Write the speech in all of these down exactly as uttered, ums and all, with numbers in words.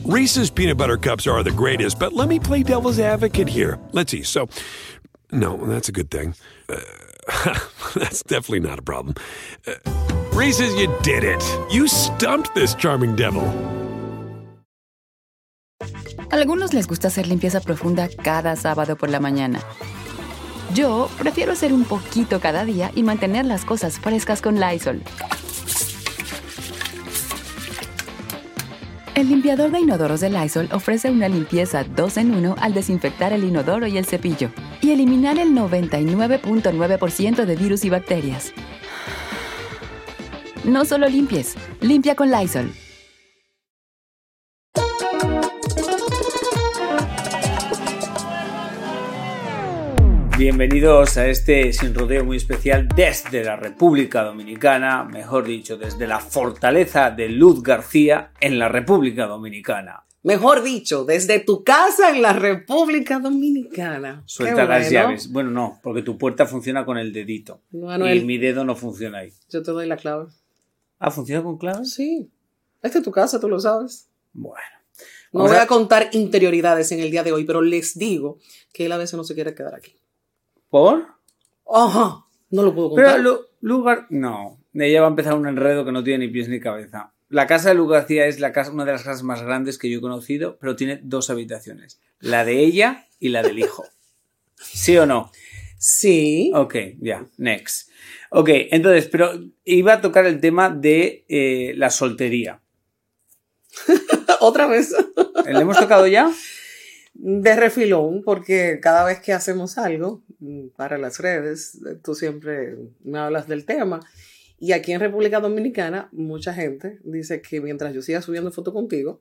Reese's peanut butter cups are the greatest, but let me play devil's advocate here. Let's see. So, no, that's a good thing. Uh, that's definitely not a problem. Uh, Reese's, you did it. You stumped this charming devil. A algunos les gusta hacer limpieza profunda cada sábado por la mañana. Yo prefiero hacer un poquito cada día y mantener las cosas frescas con Lysol. El limpiador de inodoros de Lysol ofrece una limpieza dos en uno al desinfectar el inodoro y el cepillo y eliminar el noventa y nueve punto nueve por ciento de virus y bacterias. No solo limpies, limpia con Lysol. Bienvenidos a este sin rodeo muy especial desde la República Dominicana, mejor dicho, desde la fortaleza de Luz García en la República Dominicana. Mejor dicho, desde tu casa en la República Dominicana. Suelta las llaves. Bueno, no, porque tu puerta funciona con el dedito. Manuel, y mi dedo no funciona ahí. Yo te doy la clave. ¿Ah, funciona con clave? Sí. Esta es tu casa, tú lo sabes. Bueno. No voy a contar interioridades en el día de hoy, pero les digo que él a veces no se quiere quedar aquí. ¿Por? Ajá, no lo puedo contar. Pero lo, lugar... No, ella va a empezar un enredo que no tiene ni pies ni cabeza. La casa de Luz García es la casa, una de las casas más grandes que yo he conocido, pero tiene dos habitaciones. La de ella y la del hijo. ¿Sí o no? Sí. Ok, ya, yeah, next. Ok, entonces, pero iba a tocar el tema de eh, la soltería. ¿Otra vez? ¿Le hemos tocado ya? De refilón, porque cada vez que hacemos algo para las redes, tú siempre me hablas del tema. Y aquí en República Dominicana, mucha gente dice que mientras yo siga subiendo fotos contigo,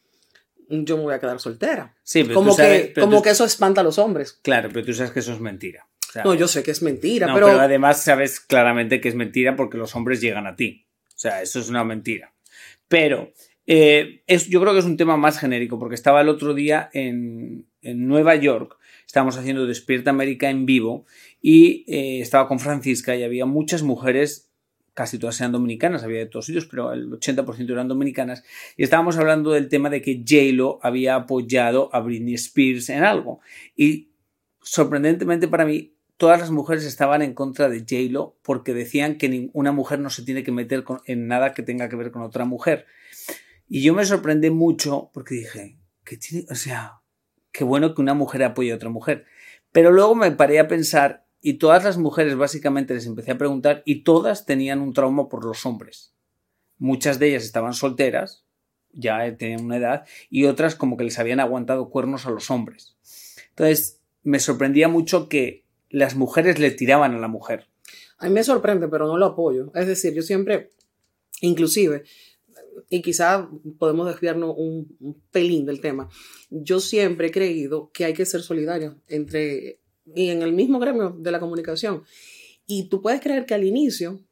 yo me voy a quedar soltera. Sí, pero como tú sabes, que, pero como tú... que eso espanta a los hombres. Claro, pero tú sabes que eso es mentira. O sea, no, yo sé que es mentira, no, pero... pero además sabes claramente que es mentira porque los hombres llegan a ti. O sea, eso es una mentira. Pero... Eh, es, yo creo que es un tema más genérico porque estaba el otro día en, en Nueva York, estábamos haciendo Despierta América en vivo y eh, estaba con Francisca y había muchas mujeres, casi todas eran dominicanas, había de todos sitios, pero el ochenta por ciento eran dominicanas y estábamos hablando del tema de que J-Lo había apoyado a Britney Spears en algo y sorprendentemente para mí todas las mujeres estaban en contra de J-Lo porque decían que una mujer no se tiene que meter con, en nada que tenga que ver con otra mujer. Y yo me sorprendí mucho porque dije, ¿qué tiene? O sea, qué bueno que una mujer apoye a otra mujer. Pero luego me paré a pensar y todas las mujeres básicamente les empecé a preguntar y todas tenían un trauma por los hombres. Muchas de ellas estaban solteras, ya tenían una edad, y otras como que les habían aguantado cuernos a los hombres. Entonces me sorprendía mucho que las mujeres le tiraban a la mujer. A mí me sorprende, pero no lo apoyo. Es decir, yo siempre, inclusive... y quizá podemos desviarnos un, un pelín del tema. Yo siempre he creído que hay que ser solidarios entre, y en el mismo gremio de la comunicación. Y tú puedes creer que al inicio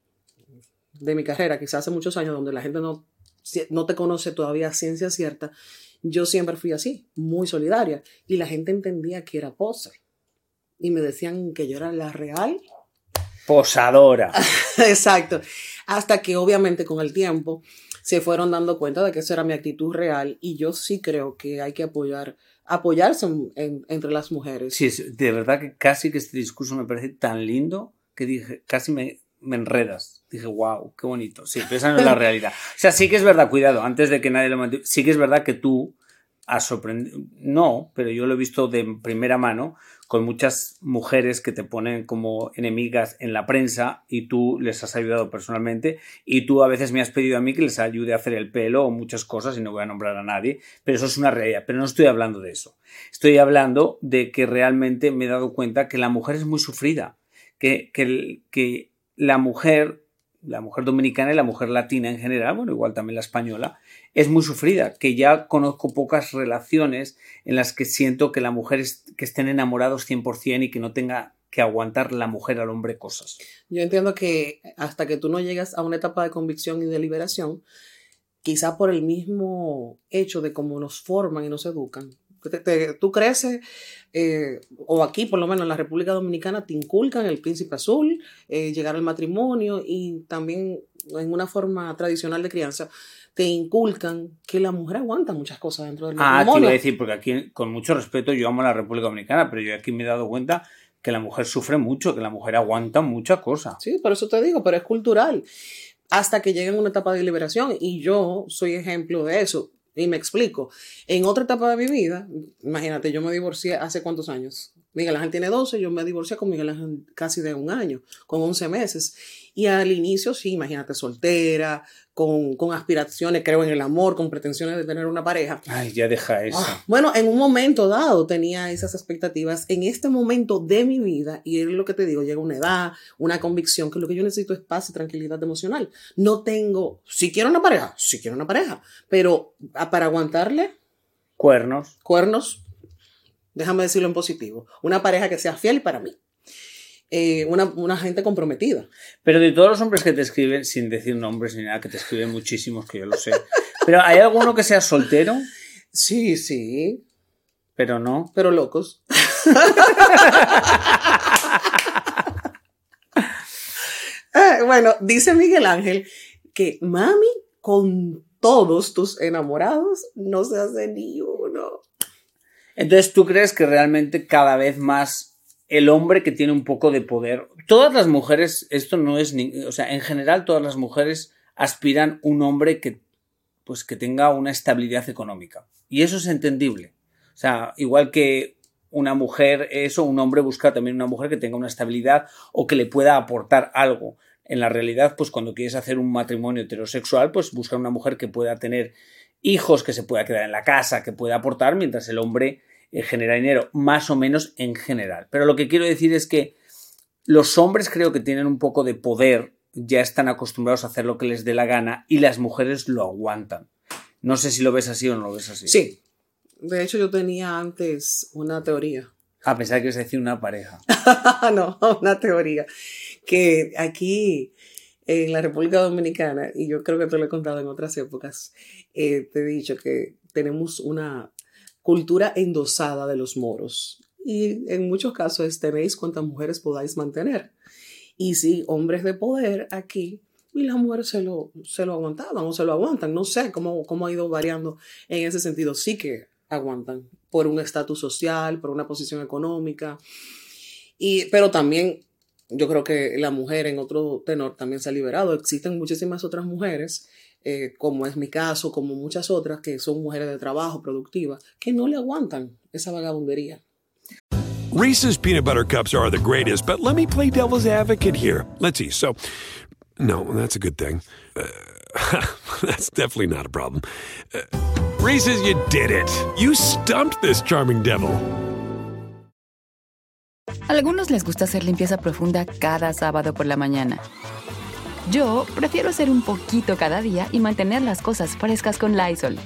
de mi carrera, quizás hace muchos años, donde la gente no, no te conoce todavía a ciencia cierta, yo siempre fui así, muy solidaria. Y la gente entendía que era pose. Y me decían que yo era la real. Posadora. Exacto. Hasta que obviamente con el tiempo se fueron dando cuenta de que esa era mi actitud real y yo sí creo que hay que apoyar, apoyarse en, en, entre las mujeres. Sí, de verdad que casi que este discurso me parece tan lindo que dije, casi me, me enredas. Dije, wow, qué bonito. Sí, pero esa no es la realidad. O sea, sí que es verdad, cuidado, antes de que nadie lo mantenga, sí que es verdad que tú has sorprendido, no, pero yo lo he visto de primera mano con muchas mujeres que te ponen como enemigas en la prensa y tú les has ayudado personalmente y tú a veces me has pedido a mí que les ayude a hacer el pelo o muchas cosas y no voy a nombrar a nadie, pero eso es una realidad, pero no estoy hablando de eso. Estoy hablando de que realmente me he dado cuenta que la mujer es muy sufrida, que, que, que la mujer, la mujer dominicana y la mujer latina en general, bueno, igual también la española, es muy sufrida, que ya conozco pocas relaciones en las que siento que la mujer es, que estén enamorados cien por ciento y que no tenga que aguantar la mujer al hombre cosas. Yo entiendo que hasta que tú no llegas a una etapa de convicción y de liberación, quizá por el mismo hecho de cómo nos forman y nos educan, te, te, tú creces, eh, o aquí por lo menos en la República Dominicana te inculcan el príncipe azul, eh, llegar al matrimonio y también en una forma tradicional de crianza te inculcan que la mujer aguanta muchas cosas dentro del Ah, matrimonio. te iba a decir, porque aquí, con mucho respeto, yo amo a la República Dominicana, pero yo aquí me he dado cuenta que la mujer sufre mucho, que la mujer aguanta mucha cosa. Sí, por eso te digo, pero es cultural. Hasta que lleguen a una etapa de liberación. Y yo soy ejemplo de eso. Y me explico. En otra etapa de mi vida, imagínate, yo me divorcié hace cuántos años. Miguel Ángel tiene doce, yo me divorcié con Miguel Ángel casi de un año, con once meses. Y al inicio, sí, imagínate, soltera, con, con aspiraciones, creo en el amor, con pretensiones de tener una pareja. Ay, ya deja eso. Ah, bueno, en un momento dado tenía esas expectativas. En este momento de mi vida, y es lo que te digo, llega una edad, una convicción, que lo que yo necesito es paz y tranquilidad emocional. No tengo, si quiero una pareja, si quiero una pareja, pero a- para aguantarle Cuernos. cuernos, déjame decirlo en positivo, una pareja que sea fiel para mí. Eh, una, una gente comprometida. Pero de todos los hombres que te escriben, sin decir nombres ni nada, que te escriben muchísimos, que yo lo sé. Pero ¿hay alguno que sea soltero? Sí, sí, Pero no. pero locos. Eh, bueno, dice Miguel Ángel que mami, con todos tus enamorados, no se hace ni uno. Entonces, ¿tú crees que realmente cada vez más el hombre que tiene un poco de poder, todas las mujeres, esto no es ni, o sea, en general todas las mujeres aspiran un hombre que, pues, que tenga una estabilidad económica. Y eso es entendible. O sea, igual que una mujer, eso, un hombre busca también una mujer que tenga una estabilidad o que le pueda aportar algo. En la realidad, pues cuando quieres hacer un matrimonio heterosexual, pues busca una mujer que pueda tener hijos, que se pueda quedar en la casa, que pueda aportar, mientras el hombre eh, genera dinero, más o menos en general. Pero lo que quiero decir es que los hombres creo que tienen un poco de poder, ya están acostumbrados a hacer lo que les dé la gana y las mujeres lo aguantan. No sé si lo ves así o no lo ves así. Sí, de hecho yo tenía antes una teoría. A pesar que es decir una pareja. No, una teoría. Que aquí en la República Dominicana, y yo creo que te lo he contado en otras épocas, eh, te he dicho que tenemos una cultura endosada de los moros. Y en muchos casos tenéis cuantas mujeres podáis mantener. Y sí, hombres de poder aquí, y las mujeres se lo, se lo aguantaban o se lo aguantan. No sé cómo, cómo ha ido variando en ese sentido. Sí que aguantan por un estatus social, por una posición económica. Y, pero también yo creo que la mujer en otro tenor también se ha liberado. Existen muchísimas otras mujeres, eh, como es mi caso, como muchas otras, que son mujeres de trabajo, productivas, que no le aguantan esa vagabundería. Reese's peanut butter cups are the greatest, but let me play devil's advocate here. Let's see. So, no, that's a good thing. Uh, that's definitely not a problem. Uh, Reese's, you did it. You stumped this charming devil. A algunos les gusta hacer limpieza profunda cada sábado por la mañana. Yo prefiero hacer un poquito cada día y mantener las cosas frescas con Lysol.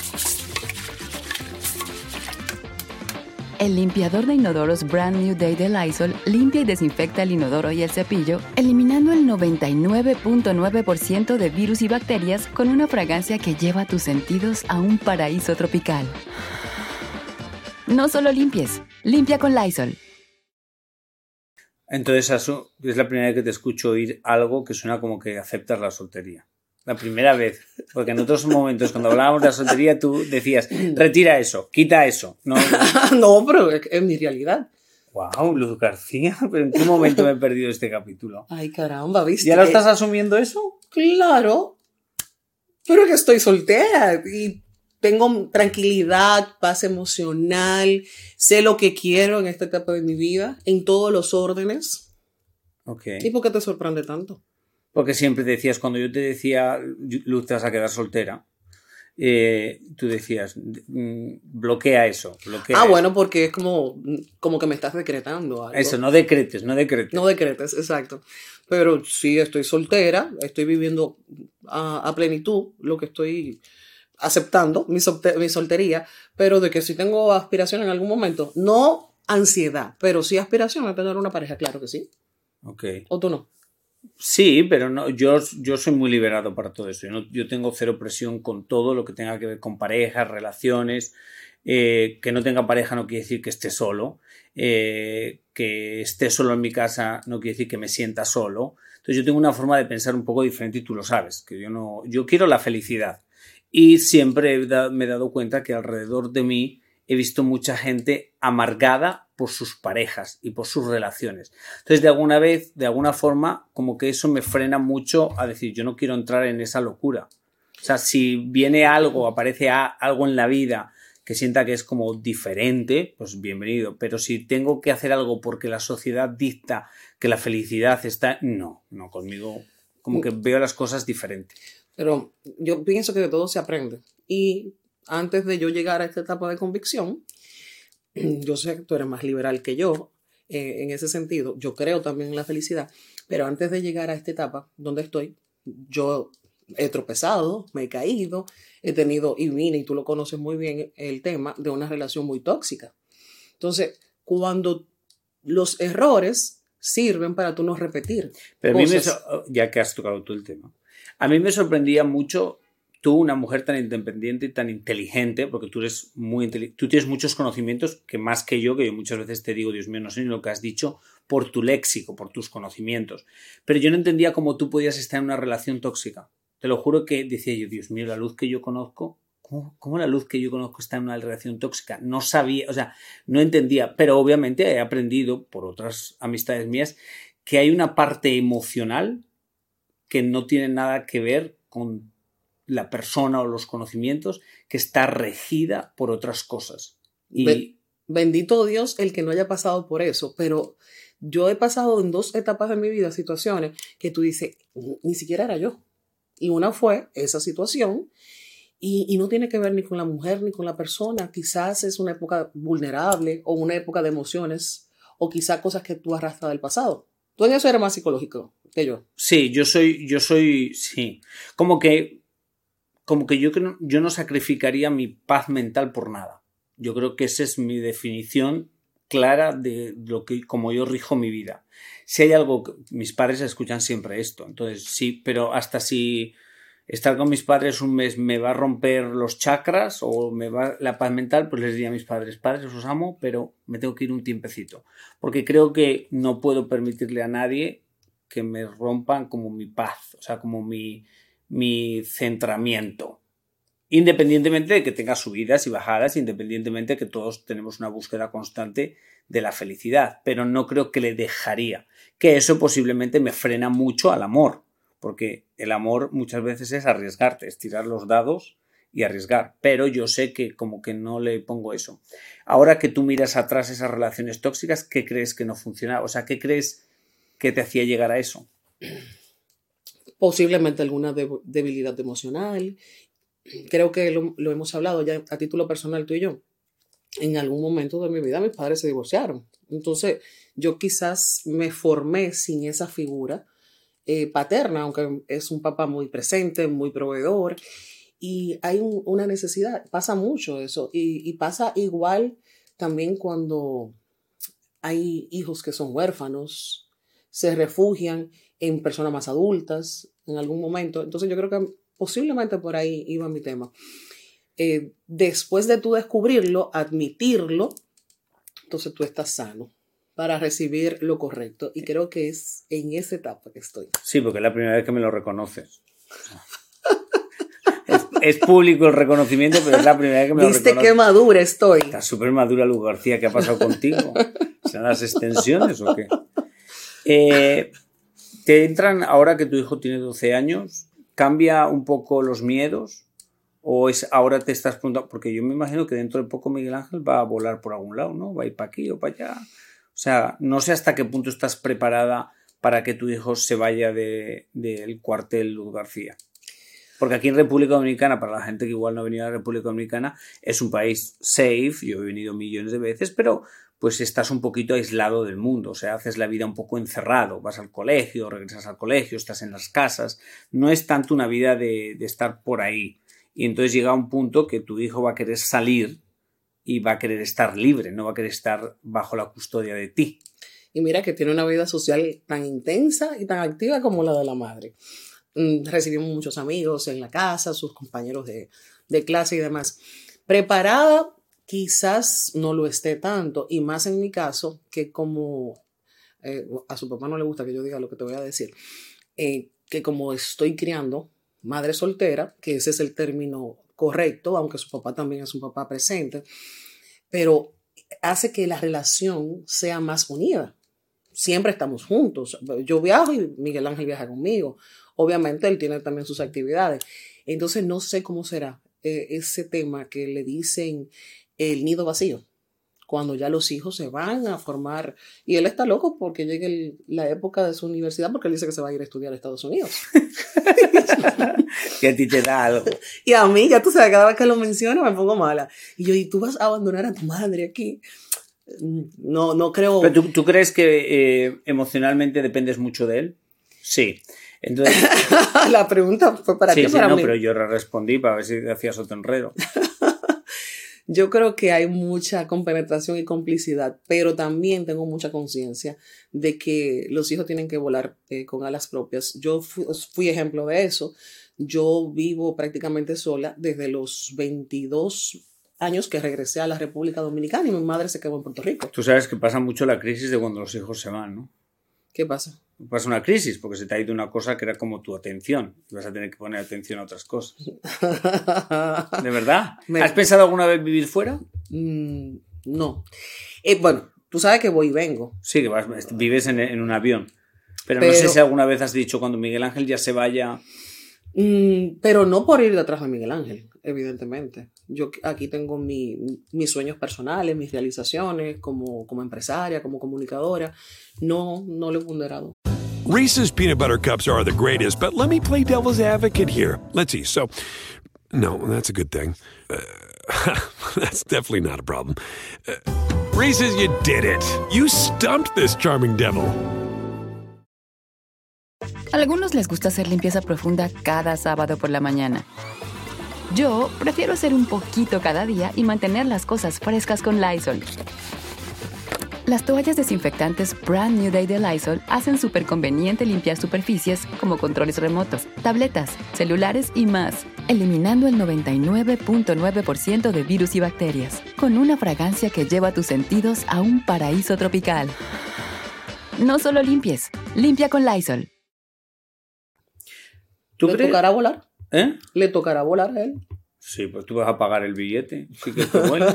El limpiador de inodoros Brand New Day de Lysol limpia y desinfecta el inodoro y el cepillo, eliminando el noventa y nueve punto nueve por ciento de virus y bacterias con una fragancia que lleva tus sentidos a un paraíso tropical. No solo limpies, limpia con Lysol. Entonces, Asu, es la primera vez que te escucho oír algo que suena como que aceptas la soltería. La primera vez. Porque en otros momentos, cuando hablábamos de la soltería, tú decías, retira eso, quita eso. No, No, pero es, es mi realidad. wow, Luz García, pero ¿en qué momento me he perdido este capítulo? Ay, caramba, ¿viste? ¿Ya lo estás asumiendo eso? Claro, pero que estoy soltera y tengo tranquilidad, paz emocional, sé lo que quiero en esta etapa de mi vida, en todos los órdenes. Ok. ¿Y por qué te sorprende tanto? Porque siempre decías, cuando yo te decía, Luz, te vas a quedar soltera, eh, tú decías, mm, bloquea eso. Bloquea Ah, eso. bueno, porque es como, como que me estás decretando algo. Eso, no decretes, no decretes. No decretes, exacto. Pero sí, estoy soltera, estoy viviendo a, a plenitud lo que estoy aceptando, mi, solte- mi soltería, pero de que si tengo aspiración en algún momento, no ansiedad, pero sí aspiración a tener una pareja, claro que sí. Ok. ¿O tú no? Sí, pero no, yo, yo soy muy liberado para todo eso. Yo, no, yo tengo cero presión con todo lo que tenga que ver con parejas, relaciones. Eh, que no tenga pareja no quiere decir que esté solo. Eh, que esté solo en mi casa no quiere decir que me sienta solo. Entonces yo tengo una forma de pensar un poco diferente y tú lo sabes. Que yo no, yo quiero la felicidad. Y siempre he da, me he dado cuenta que alrededor de mí he visto mucha gente amargada por sus parejas y por sus relaciones. Entonces, de alguna vez, de alguna forma, como que eso me frena mucho a decir, yo no quiero entrar en esa locura. O sea, si viene algo, aparece a, algo en la vida que sienta que es como diferente, pues bienvenido. Pero si tengo que hacer algo porque la sociedad dicta que la felicidad está... No, no, conmigo como que veo las cosas diferentes. Pero yo pienso que de todo se aprende. Y antes de yo llegar a esta etapa de convicción, yo sé que tú eres más liberal que yo eh, en ese sentido. Yo creo también en la felicidad. Pero antes de llegar a esta etapa donde estoy, yo he tropezado, me he caído, he tenido, y vine, y tú lo conoces muy bien, el tema de una relación muy tóxica. Entonces, cuando los errores sirven para tú no repetir. Pero a mí cosas. me, ya que has tocado tú el tema, a mí me sorprendía mucho tú, una mujer tan independiente y tan inteligente, porque tú eres muy inteligente, tú tienes muchos conocimientos que más que yo, que yo muchas veces te digo, Dios mío, no sé ni lo que has dicho, por tu léxico, por tus conocimientos. Pero yo no entendía cómo tú podías estar en una relación tóxica. Te lo juro que decía yo, Dios mío, la luz que yo conozco, ¿cómo, cómo la luz que yo conozco está en una relación tóxica? No sabía, o sea, no entendía, pero obviamente he aprendido por otras amistades mías que hay una parte emocional que no tiene nada que ver con la persona o los conocimientos, que está regida por otras cosas. Y bendito Dios el que no haya pasado por eso, pero yo he pasado en dos etapas de mi vida situaciones que tú dices, ni siquiera era yo. Y una fue esa situación y, y no tiene que ver ni con la mujer ni con la persona. Quizás es una época vulnerable o una época de emociones o quizás cosas que tú arrastras del pasado. Tú en eso eres más psicológico que yo. Sí, yo soy, yo soy, sí. Como que, como que yo, yo no sacrificaría mi paz mental por nada. Yo creo que esa es mi definición clara de lo que, como yo rijo mi vida. Si hay algo, que, mis padres escuchan siempre esto, entonces sí, pero hasta si estar con mis padres un mes me va a romper los chakras o me va la paz mental, pues les diría a mis padres, padres, os amo, pero me tengo que ir un tiempecito, porque creo que no puedo permitirle a nadie que me rompan como mi paz, o sea, como mi, mi centramiento. Independientemente de que tenga subidas y bajadas, independientemente de que todos tenemos una búsqueda constante de la felicidad, pero no creo que le dejaría, que eso posiblemente me frena mucho al amor, porque el amor muchas veces es arriesgarte, es tirar los dados y arriesgar, pero yo sé que como que no le pongo eso. Ahora que tú miras atrás esas relaciones tóxicas, ¿qué crees que no funcionaba? O sea, ¿qué crees que te hacía llegar a eso? Posiblemente alguna debilidad emocional. Creo que lo, lo hemos hablado ya a título personal tú y yo. En algún momento de mi vida mis padres se divorciaron. Entonces yo quizás me formé sin esa figura eh, paterna, aunque es un papá muy presente, muy proveedor. Y hay un, una necesidad, pasa mucho eso. Y, y pasa igual también cuando hay hijos que son huérfanos, se refugian en personas más adultas en algún momento. Entonces yo creo que posiblemente por ahí iba mi tema. Eh, después de tú descubrirlo, admitirlo, entonces tú estás sano para recibir lo correcto. Y creo que es en esa etapa que estoy. Sí, porque es la primera vez que me lo reconoces. es, es público el reconocimiento, pero es la primera vez que me lo reconoces. ¿Viste qué madura estoy? Está súper madura, Luz García. ¿Qué ha pasado contigo? ¿Serán las extensiones o qué? Eh, ¿Te entran ahora que tu hijo tiene doce años? ¿Cambia un poco los miedos? ¿O es ahora te estás preguntando? Porque yo me imagino que dentro de poco Miguel Ángel va a volar por algún lado, ¿no? Va a ir para aquí o para allá. O sea, no sé hasta qué punto estás preparada para que tu hijo se vaya de, del cuartel Luz García. Porque aquí en República Dominicana, para la gente que igual no ha venido a la República Dominicana, es un país safe. Yo he venido millones de veces, pero pues estás un poquito aislado del mundo, o sea, haces la vida un poco encerrado, vas al colegio, regresas al colegio, estás en las casas, no es tanto una vida de, de estar por ahí. Y entonces llega un punto que tu hijo va a querer salir y va a querer estar libre, no va a querer estar bajo la custodia de ti. Y mira que tiene una vida social tan intensa y tan activa como la de la madre. Mm, recibimos muchos amigos en la casa, sus compañeros de, de clase y demás. Preparada, quizás no lo esté tanto, y más en mi caso, que como eh, a su papá no le gusta que yo diga lo que te voy a decir, eh, que como estoy criando madre soltera, que ese es el término correcto, aunque su papá también es un papá presente, pero hace que la relación sea más unida. Siempre estamos juntos. Yo viajo y Miguel Ángel viaja conmigo. Obviamente él tiene también sus actividades. Entonces no sé cómo será eh, ese tema que le dicen el nido vacío, cuando ya los hijos se van a formar. Y él está loco porque llegue el, la época de su universidad, porque él dice que se va a ir a estudiar a Estados Unidos. Que a ti te da algo. Y a mí, ya tú sabes, cada vez que lo menciono me pongo mala. Y yo, ¿y tú vas a abandonar a tu madre aquí? No, no creo. ¿Pero tú, tú crees que eh, emocionalmente dependes mucho de él? Sí. Entonces, la pregunta fue para sí, ti, sí, para no, mí. pero yo respondí para ver si hacías otro enredo. Yo creo que hay mucha compenetración y complicidad, pero también tengo mucha conciencia de que los hijos tienen que volar eh, con alas propias. Yo fui, fui ejemplo de eso. Yo vivo prácticamente sola desde los veintidós años que regresé a la República Dominicana y mi madre se quedó en Puerto Rico. Tú sabes que pasa mucho la crisis de cuando los hijos se van, ¿no? ¿Qué pasa? Pasa una crisis porque se te ha ido una cosa que era como tu atención y vas a tener que poner atención a otras cosas. ¿De verdad? Me... ¿Has pensado alguna vez vivir fuera? Mm, no. Eh, bueno, tú sabes que voy y vengo. Sí, que vas, vives en, en un avión. Pero, pero no sé si alguna vez has dicho cuando Miguel Ángel ya se vaya... Mm, pero no por ir detrás de Miguel Ángel, evidentemente. Yo aquí tengo mi, mis sueños personales, mis realizaciones como, como empresaria, como comunicadora. No, no lo he ponderado. Reese's peanut butter cups are the greatest, but let me play devil's advocate here. Let's see. So, no, that's a good thing. Uh, that's definitely not a problem. Uh, Reese's, you did it. You stumped this charming devil. A algunos les gusta hacer limpieza profunda cada sábado por la mañana. Yo prefiero hacer un poquito cada día y mantener las cosas frescas con Lysol. Las toallas desinfectantes Brand New Day de Lysol hacen súper conveniente limpiar superficies como controles remotos, tabletas, celulares y más, eliminando el noventa y nueve punto nueve por ciento de virus y bacterias, con una fragancia que lleva tus sentidos a un paraíso tropical. No solo limpies, limpia con Lysol. ¿Tú ¿Le crees? tocará volar? ¿Eh? ¿Le tocará volar a él? Sí, pues tú vas a pagar el billete. Sí que te bueno.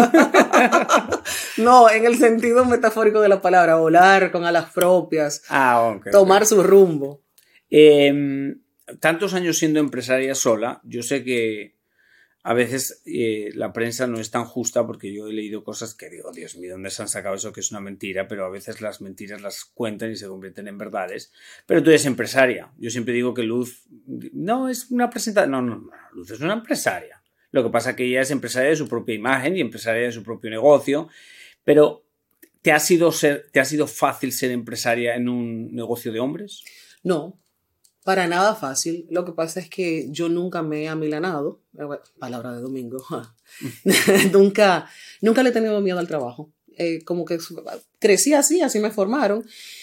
No, en el sentido metafórico de la palabra, volar con alas propias, Ah, ok. tomar okay. su rumbo. Eh, tantos años siendo empresaria sola, yo sé que a veces eh, la prensa no es tan justa porque yo he leído cosas que digo, Dios mío, ¿dónde se han sacado eso que es una mentira? Pero a veces las mentiras las cuentan y se convierten en verdades. Pero tú eres empresaria. Yo siempre digo que Luz no es una presentadora. No, no, no, Luz es una empresaria. Lo que pasa es que ella es empresaria de su propia imagen y empresaria de su propio negocio. Pero ¿te ha sido, ser, ¿te ha sido fácil ser empresaria en un negocio de hombres? No. Para nada fácil. Lo que pasa es que yo nunca me he amilanado. Palabra de domingo. nunca, nunca le he tenido miedo al trabajo. Eh, como que crecí así, así me formaron.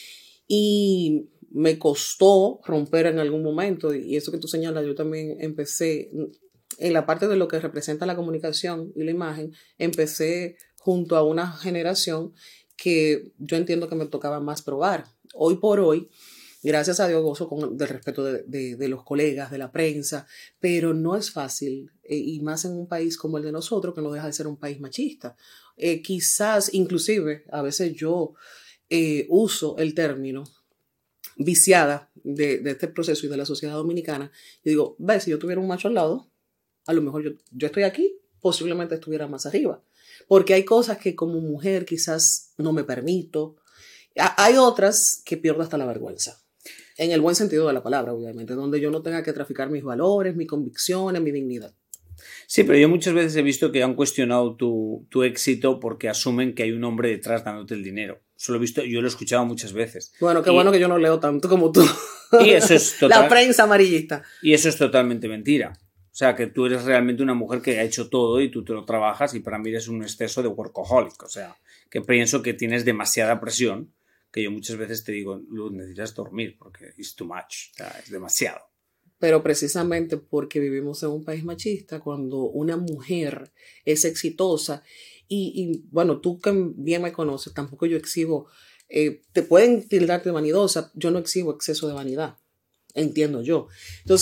Y me costó romper en algún momento. Y eso que tú señalas, yo también empecé en la parte de lo que representa la comunicación y la imagen. Empecé junto a una generación que yo entiendo que me tocaba más probar. Hoy por hoy, gracias a Dios, gozo con, del respeto de, de, de los colegas, de la prensa, pero no es fácil, eh, y más en un país como el de nosotros, que no deja de ser un país machista. Eh, quizás, inclusive, a veces yo eh, uso el término viciada de, de este proceso y de la sociedad dominicana, y digo, ves, si yo tuviera un macho al lado, a lo mejor yo, yo estoy aquí, posiblemente estuviera más arriba, porque hay cosas que como mujer quizás no me permito, hay otras que pierdo hasta la vergüenza. En el buen sentido de la palabra, obviamente, donde yo no tenga que traficar mis valores, mis convicciones, mi dignidad. Sí, pero yo muchas veces he visto que han cuestionado tu, tu éxito porque asumen que hay un hombre detrás dándote el dinero. Eso lo he visto, yo lo he escuchado muchas veces. Bueno, qué y, bueno que yo no leo tanto como tú. Y eso es total, la prensa amarillista. Y eso es totalmente mentira. O sea, que tú eres realmente una mujer que ha hecho todo y tú te lo trabajas y para mí eres un exceso de workaholic. O sea, que pienso que tienes demasiada presión, que yo muchas veces te digo, Luz, necesitas dormir porque it's too much, o sea, es demasiado. Pero precisamente porque vivimos en un país machista, cuando una mujer es exitosa, y, y bueno, tú que bien me conoces, tampoco yo exhibo, eh, te pueden tildar de vanidosa, yo no exhibo exceso de vanidad, entiendo yo. Entonces,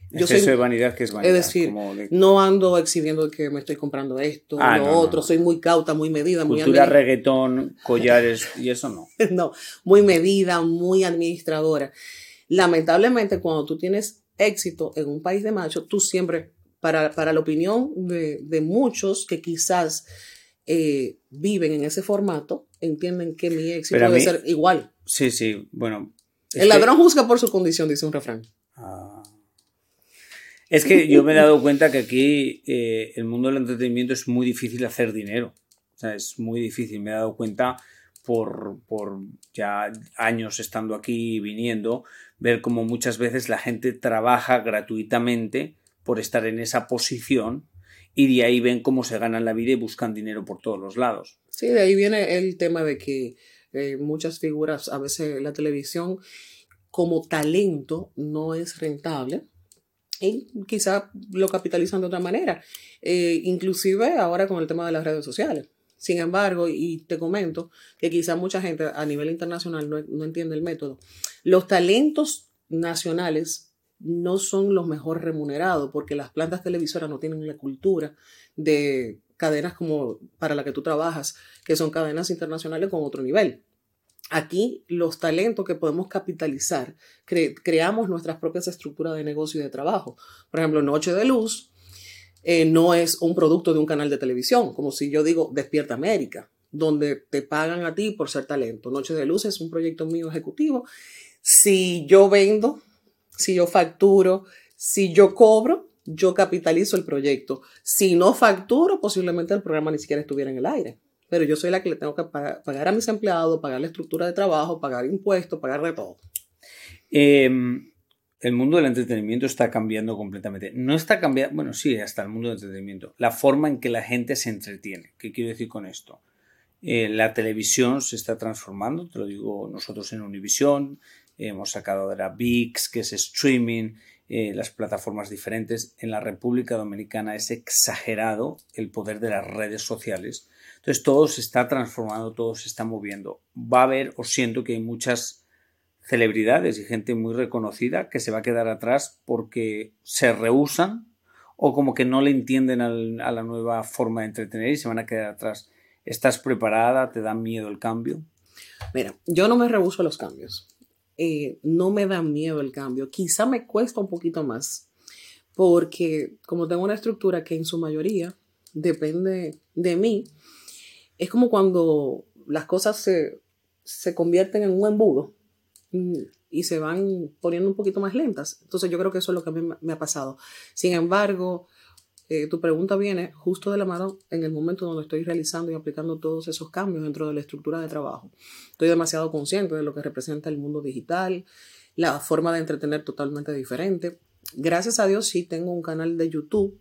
Yo Exceso soy, de vanidad que es vanidad. Es decir, como de... no ando exhibiendo que me estoy comprando esto Ah, o lo no, otro. no, no. Soy muy cauta, muy medida. Cultura, muy reggaetón, collares y eso no. No, muy medida, muy administradora. Lamentablemente, cuando tú tienes éxito en un país de machos, tú siempre, para, para la opinión de, de muchos que quizás eh, viven en ese formato, entienden que mi éxito debe mí, ser igual. Sí, sí, bueno. El ladrón que... juzga por su condición, dice un refrán. Ah. Es que yo me he dado cuenta que aquí eh, el mundo del entretenimiento es muy difícil hacer dinero. O sea, es muy difícil. Me he dado cuenta por, por ya años estando aquí y viniendo, ver cómo muchas veces la gente trabaja gratuitamente por estar en esa posición y de ahí ven cómo se ganan la vida y buscan dinero por todos los lados. Sí, de ahí viene el tema de que eh, muchas figuras, a veces la televisión como talento no es rentable. Y quizá lo capitalizan de otra manera, eh, inclusive ahora con el tema de las redes sociales. Sin embargo, y te comento que quizá mucha gente a nivel internacional no, no entiende el método. Los talentos nacionales no son los mejor remunerados porque las plantas televisoras no tienen la cultura de cadenas como para la que tú trabajas, que son cadenas internacionales con otro nivel. Aquí los talentos que podemos capitalizar, cre- creamos nuestras propias estructuras de negocio y de trabajo. Por ejemplo, Noche de Luz eh, no es un producto de un canal de televisión, como si yo digo Despierta América, donde te pagan a ti por ser talento. Noche de Luz es un proyecto mío ejecutivo. Si yo vendo, si yo facturo, si yo cobro, yo capitalizo el proyecto. Si no facturo, posiblemente el programa ni siquiera estuviera en el aire. Pero yo soy la que le tengo que pagar, pagar a mis empleados, pagar la estructura de trabajo, pagar impuestos, pagar de todo. Eh, el mundo del entretenimiento está cambiando completamente. No está cambiando, bueno, sí, hasta el mundo del entretenimiento. La forma en que la gente se entretiene. ¿Qué quiero decir con esto? Eh, la televisión se está transformando, te lo digo nosotros en Univision, eh, hemos sacado ahora V I X, que es streaming, eh, las plataformas diferentes. En la República Dominicana es exagerado el poder de las redes sociales. Entonces todo se está transformando, todo se está moviendo. Va a haber, o siento que hay muchas celebridades y gente muy reconocida que se va a quedar atrás porque se rehúsan o como que no le entienden al, a la nueva forma de entretener y se van a quedar atrás. ¿Estás preparada? ¿Te da miedo el cambio? Mira, yo no me rehúso a los cambios. Eh, no me da miedo el cambio. Quizá me cuesta un poquito más porque como tengo una estructura que en su mayoría depende de mí, es como cuando las cosas se, se convierten en un embudo y se van poniendo un poquito más lentas. Entonces yo creo que eso es lo que a mí me ha pasado. Sin embargo, eh, tu pregunta viene justo de la mano en el momento donde estoy realizando y aplicando todos esos cambios dentro de la estructura de trabajo. Estoy demasiado consciente de lo que representa el mundo digital, la forma de entretener totalmente diferente. Gracias a Dios sí tengo un canal de YouTube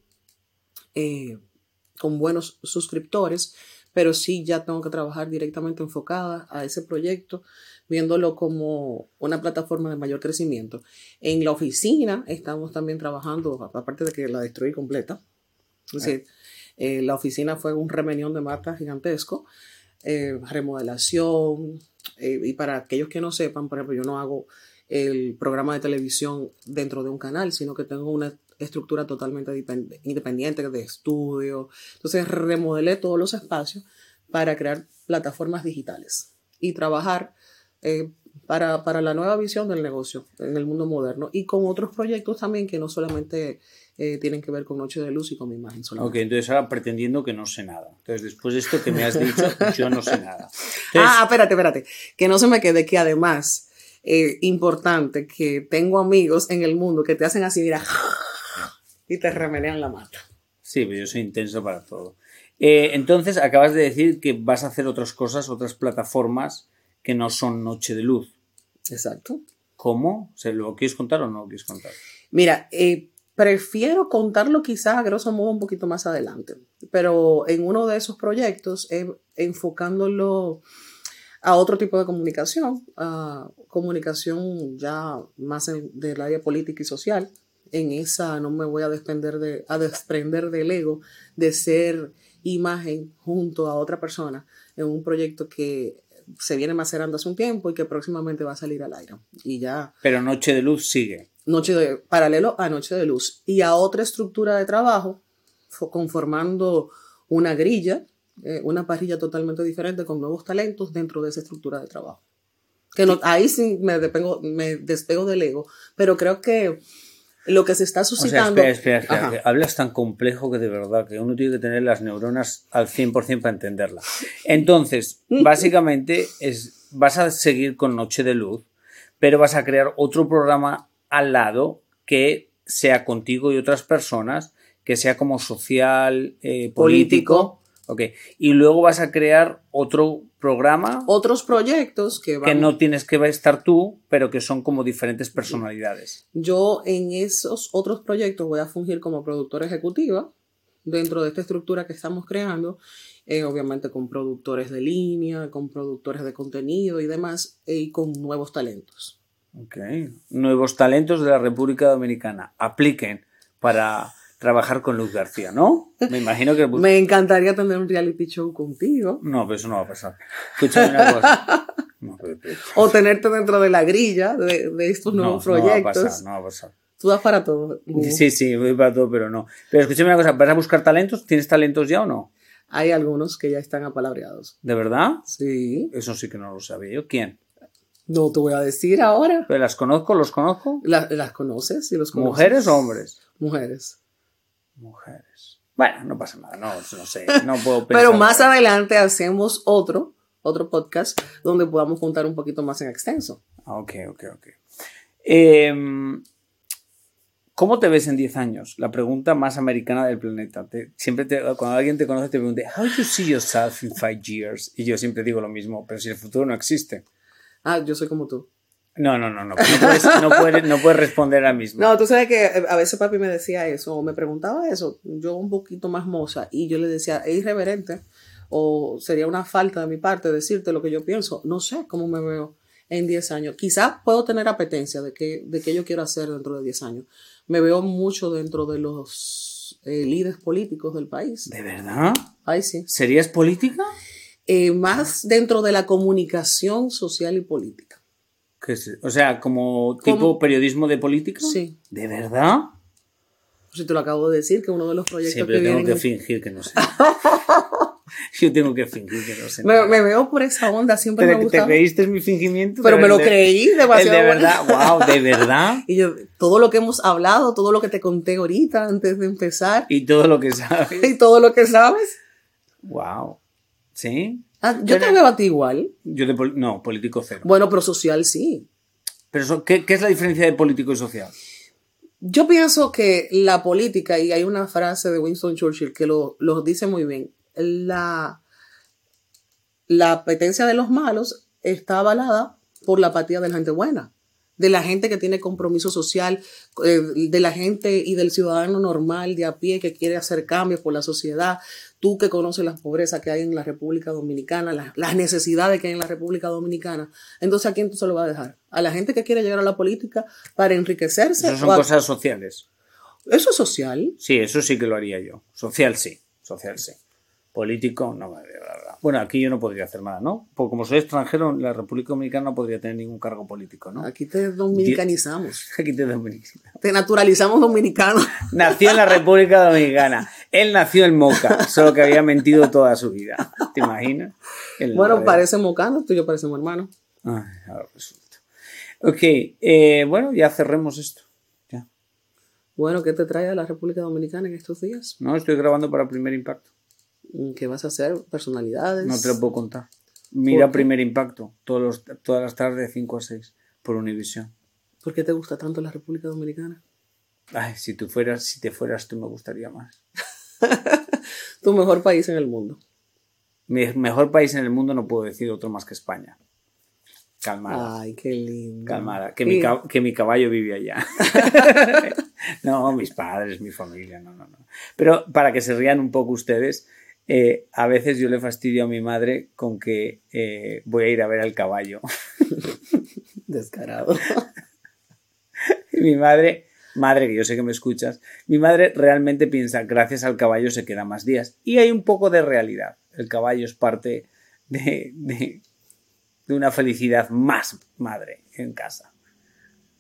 eh, con buenos suscriptores, pero sí ya tengo que trabajar directamente enfocada a ese proyecto, viéndolo como una plataforma de mayor crecimiento. En la oficina estamos también trabajando, aparte de que la destruí completa, es decir, eh, la oficina fue un remenión de marca gigantesco, eh, remodelación, eh, y para aquellos que no sepan, por ejemplo, yo no hago el programa de televisión dentro de un canal, sino que tengo una estructura totalmente independiente de estudio. Entonces remodelé todos los espacios para crear plataformas digitales y trabajar eh, para, para la nueva visión del negocio en el mundo moderno y con otros proyectos también que no solamente eh, tienen que ver con Noche de Luz y con mi imagen solamente. Ok, entonces ahora pretendiendo que no sé nada. Entonces después de esto que me has dicho, yo no sé nada. Entonces... Ah, espérate, espérate. Que no se me quede que además, eh, importante, que tengo amigos en el mundo que te hacen así, mira, y te remenean la mata. Sí, pero yo soy intenso para todo. Eh, entonces, acabas de decir que vas a hacer otras cosas, otras plataformas que no son Noche de Luz. Exacto. ¿Cómo? ¿Se lo quieres contar o no lo quieres contar? Mira, eh, prefiero contarlo quizás a grosso modo un poquito más adelante, pero en uno de esos proyectos, eh, enfocándolo a otro tipo de comunicación, a comunicación ya más en, del área política y social. En esa no me voy a desprender, de, a desprender del ego de ser imagen junto a otra persona en un proyecto que se viene macerando hace un tiempo y que próximamente va a salir al aire. Y ya. Pero Noche de Luz sigue. Noche de, paralelo a Noche de Luz, y a otra estructura de trabajo, conformando una grilla, eh, una parrilla totalmente diferente con nuevos talentos dentro de esa estructura de trabajo. Que no, ahí sí me despego, me despego del ego, pero creo que lo que se está suscitando... O sea, espera, espera, espera, que hablas tan complejo que de verdad que uno tiene que tener las neuronas al cien por ciento para entenderla. Entonces, básicamente es, vas a seguir con Noche de Luz, pero vas a crear otro programa al lado que sea contigo y otras personas, que sea como social, eh, político. político. Okay. Y luego vas a crear otro programa. Otros proyectos que van... Que no tienes que estar tú, pero que son como diferentes personalidades. Yo en esos otros proyectos voy a fungir como productora ejecutiva dentro de esta estructura que estamos creando, eh, obviamente con productores de línea, con productores de contenido y demás, eh, y con nuevos talentos. Ok. Nuevos talentos de la República Dominicana. Apliquen para trabajar con Luz García, ¿no? Me imagino que... Me encantaría tener un reality show contigo. No, pero eso no va a pasar. Escúchame una cosa. No, pero, pero... O tenerte dentro de la grilla de, de estos nuevos no, proyectos. No va a pasar, no va a pasar. Tú das para todo. Uh. Sí, sí, voy para todo, pero no. Pero escúchame una cosa, ¿vas a buscar talentos? ¿Tienes talentos ya o no? Hay algunos que ya están apalabreados. ¿De verdad? Sí. Eso sí que no lo sabía yo. ¿Quién? No te voy a decir ahora. ¿Pero las conozco? ¿Los conozco? La, ¿Las conoces? ¿Y los conoces? ¿Mujeres o hombres? Mujeres. Mujeres. Bueno, no pasa nada, no, no sé, no puedo pensar. Pero más adelante hacemos otro, otro podcast donde podamos contar un poquito más en extenso. Ok, ok, ok. Eh, ¿Cómo te ves en diez años? La pregunta más americana del planeta. Te, siempre te, cuando alguien te conoce te pregunta, how do you see yourself in five years? Y yo siempre digo lo mismo, pero si el futuro no existe. Ah, yo soy como tú. No, no, no, no. No puedes, no puedes, no puedes responder ahora mismo. No, tú sabes que a veces papi me decía eso, o me preguntaba eso, yo un poquito más moza, y yo le decía, es irreverente, o sería una falta de mi parte decirte lo que yo pienso. No sé cómo me veo en diez años. Quizás puedo tener apetencia de qué de qué yo quiero hacer dentro de diez años. Me veo mucho dentro de los eh, líderes políticos del país. ¿De verdad? Ay, sí. ¿Serías política? Eh, más dentro de la comunicación social y política. ¿Qué es? O sea, como tipo ¿Cómo? Periodismo de política. Sí. ¿De verdad? Si te lo acabo de decir, que uno de los proyectos Siempre que tengo vienen... que fingir que no sé. Yo tengo que fingir que no sé. Me, me veo por esa onda, siempre ¿Te, me gusta. ¿Te creíste mi fingimiento? Pero me lo de, creí demasiado. El de verdad, wow, de verdad. Y yo, todo lo que hemos hablado, todo lo que te conté ahorita antes de empezar. Y todo lo que sabes. Y todo lo que sabes. Wow. ¿Sí? Ah, yo pero, te veo a ti igual. Yo de pol- no, político cero. Bueno, pero social sí. Pero eso, ¿qué, ¿qué es la diferencia de político y social? Yo pienso que la política, y hay una frase de Winston Churchill que lo, lo dice muy bien, la, la apetencia de los malos está avalada por la apatía de la gente buena, de la gente que tiene compromiso social, eh, de la gente y del ciudadano normal de a pie que quiere hacer cambios por la sociedad. Tú que conoces la pobreza que hay en la República Dominicana, la, las necesidades que hay en la República Dominicana, entonces ¿a quién tú se lo vas a dejar? ¿A la gente que quiere llegar a la política para enriquecerse? Eso son a... cosas sociales. ¿Eso es social? Sí, eso sí que lo haría yo. Social sí, social sí. Político, no, la verdad. Bueno, aquí yo no podría hacer nada, ¿no? Porque como soy extranjero, en la República Dominicana no podría tener ningún cargo político, ¿no? Aquí te dominicanizamos. Aquí te dominicanizamos. Te naturalizamos dominicano. Nació en la República Dominicana. Él nació en Moca, solo que había mentido toda su vida. ¿Te imaginas? El bueno, rey. Parece mocano, tú y yo parecemos hermanos. Ay, ahora resulta. Ok, eh, bueno, ya cerremos esto. Ya. Bueno, ¿qué te trae a la República Dominicana en estos días? No, estoy grabando para Primer Impacto. ¿Qué vas a hacer? ¿Personalidades? No te lo puedo contar. Mira Primer Impacto, todos los, todas las tardes de cinco a seis, por Univisión. ¿Por qué te gusta tanto la República Dominicana? Ay, si tú fueras, si te fueras tú me gustaría más. Tu mejor país en el mundo. Mi mejor país en el mundo no puedo decir otro más que España. Calmada. Ay, qué lindo. Calmada. Que, mi, que mi caballo vive allá. No, mis padres, mi familia, no, no, no. Pero para que se rían un poco ustedes, eh, a veces yo le fastidio a mi madre con que eh, voy a ir a ver al caballo. Descarado. Y mi madre, madre que yo sé que me escuchas, mi madre realmente piensa, gracias al caballo se queda más días. Y hay un poco de realidad. El caballo es parte de, de, de una felicidad más madre en casa.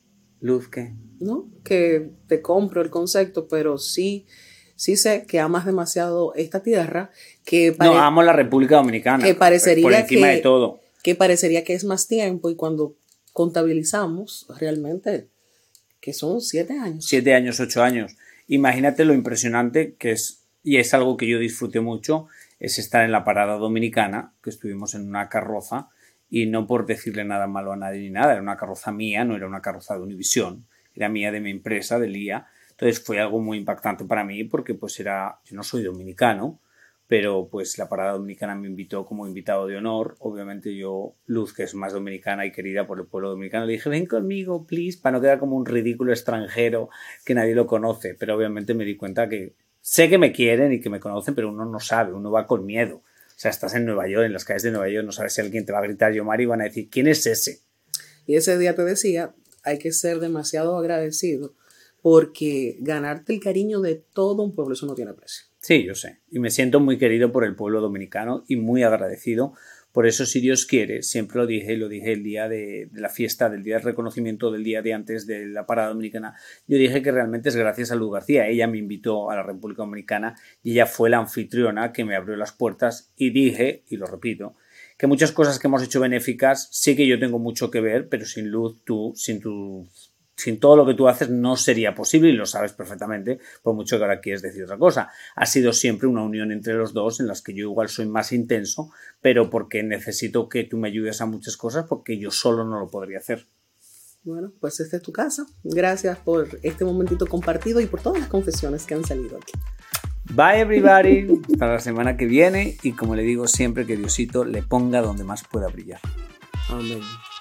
Luz, ¿qué? ¿No? Que te compro el concepto, pero sí, sí sé que amas demasiado esta tierra. Que pare- No, amo la República Dominicana. Que parecería por encima que, de todo. Que parecería que es más tiempo y cuando contabilizamos realmente que son siete años. Siete años, ocho años. Imagínate lo impresionante que es, y es algo que yo disfruté mucho, es estar en la parada dominicana, que estuvimos en una carroza, y no por decirle nada malo a nadie ni nada, era una carroza mía, no era una carroza de Univisión, era mía de mi empresa, de Lía. Entonces fue algo muy impactante para mí porque pues era, yo no soy dominicano, pero pues la parada dominicana me invitó como invitado de honor. Obviamente yo, Luz, que es más dominicana y querida por el pueblo dominicano, le dije, ven conmigo, please, para no quedar como un ridículo extranjero que nadie lo conoce. Pero obviamente me di cuenta que sé que me quieren y que me conocen, pero uno no sabe, uno va con miedo. O sea, estás en Nueva York, en las calles de Nueva York, no sabes si alguien te va a gritar Yomari y van a decir, ¿quién es ese? Y ese día te decía, hay que ser demasiado agradecido porque ganarte el cariño de todo un pueblo, eso no tiene precio. Sí, yo sé. Y me siento muy querido por el pueblo dominicano y muy agradecido. Por eso, si Dios quiere, siempre lo dije y lo dije el día de, de la fiesta, del día de reconocimiento, del día de antes de la parada dominicana. Yo dije que realmente es gracias a Luz García. Ella me invitó a la República Dominicana y ella fue la anfitriona que me abrió las puertas y dije, y lo repito, que muchas cosas que hemos hecho benéficas sí que yo tengo mucho que ver, pero sin Luz, tú, sin tu... sin todo lo que tú haces no sería posible y lo sabes perfectamente, por mucho que ahora quieres decir otra cosa. Ha sido siempre una unión entre los dos en las que yo igual soy más intenso, pero porque necesito que tú me ayudes a muchas cosas porque yo solo no lo podría hacer. Bueno, pues esta es tu casa. Gracias por este momentito compartido y por todas las confesiones que han salido aquí. Bye everybody, hasta la semana que viene y como le digo siempre que Diosito le ponga donde más pueda brillar. Amén.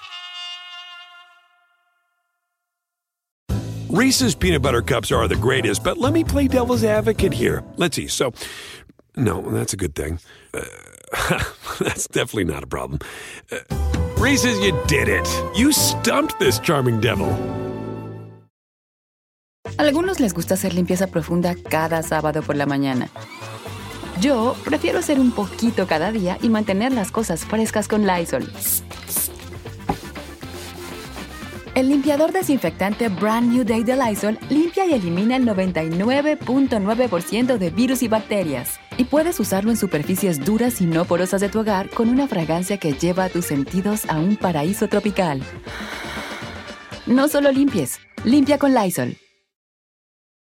Reese's peanut butter cups are the greatest, but let me play devil's advocate here. Let's see. So, no, that's a good thing. Uh, that's definitely not a problem. Uh, Reese's, you did it. You stumped this charming devil. A algunos les gusta hacer limpieza profunda cada sábado por la mañana. Yo prefiero hacer un poquito cada día y mantener las cosas frescas con Lysol. El limpiador desinfectante Brand New Day de Lysol limpia y elimina el noventa y nueve punto nueve por ciento de virus y bacterias. Y puedes usarlo en superficies duras y no porosas de tu hogar con una fragancia que lleva a tus sentidos a un paraíso tropical. No solo limpies, limpia con Lysol.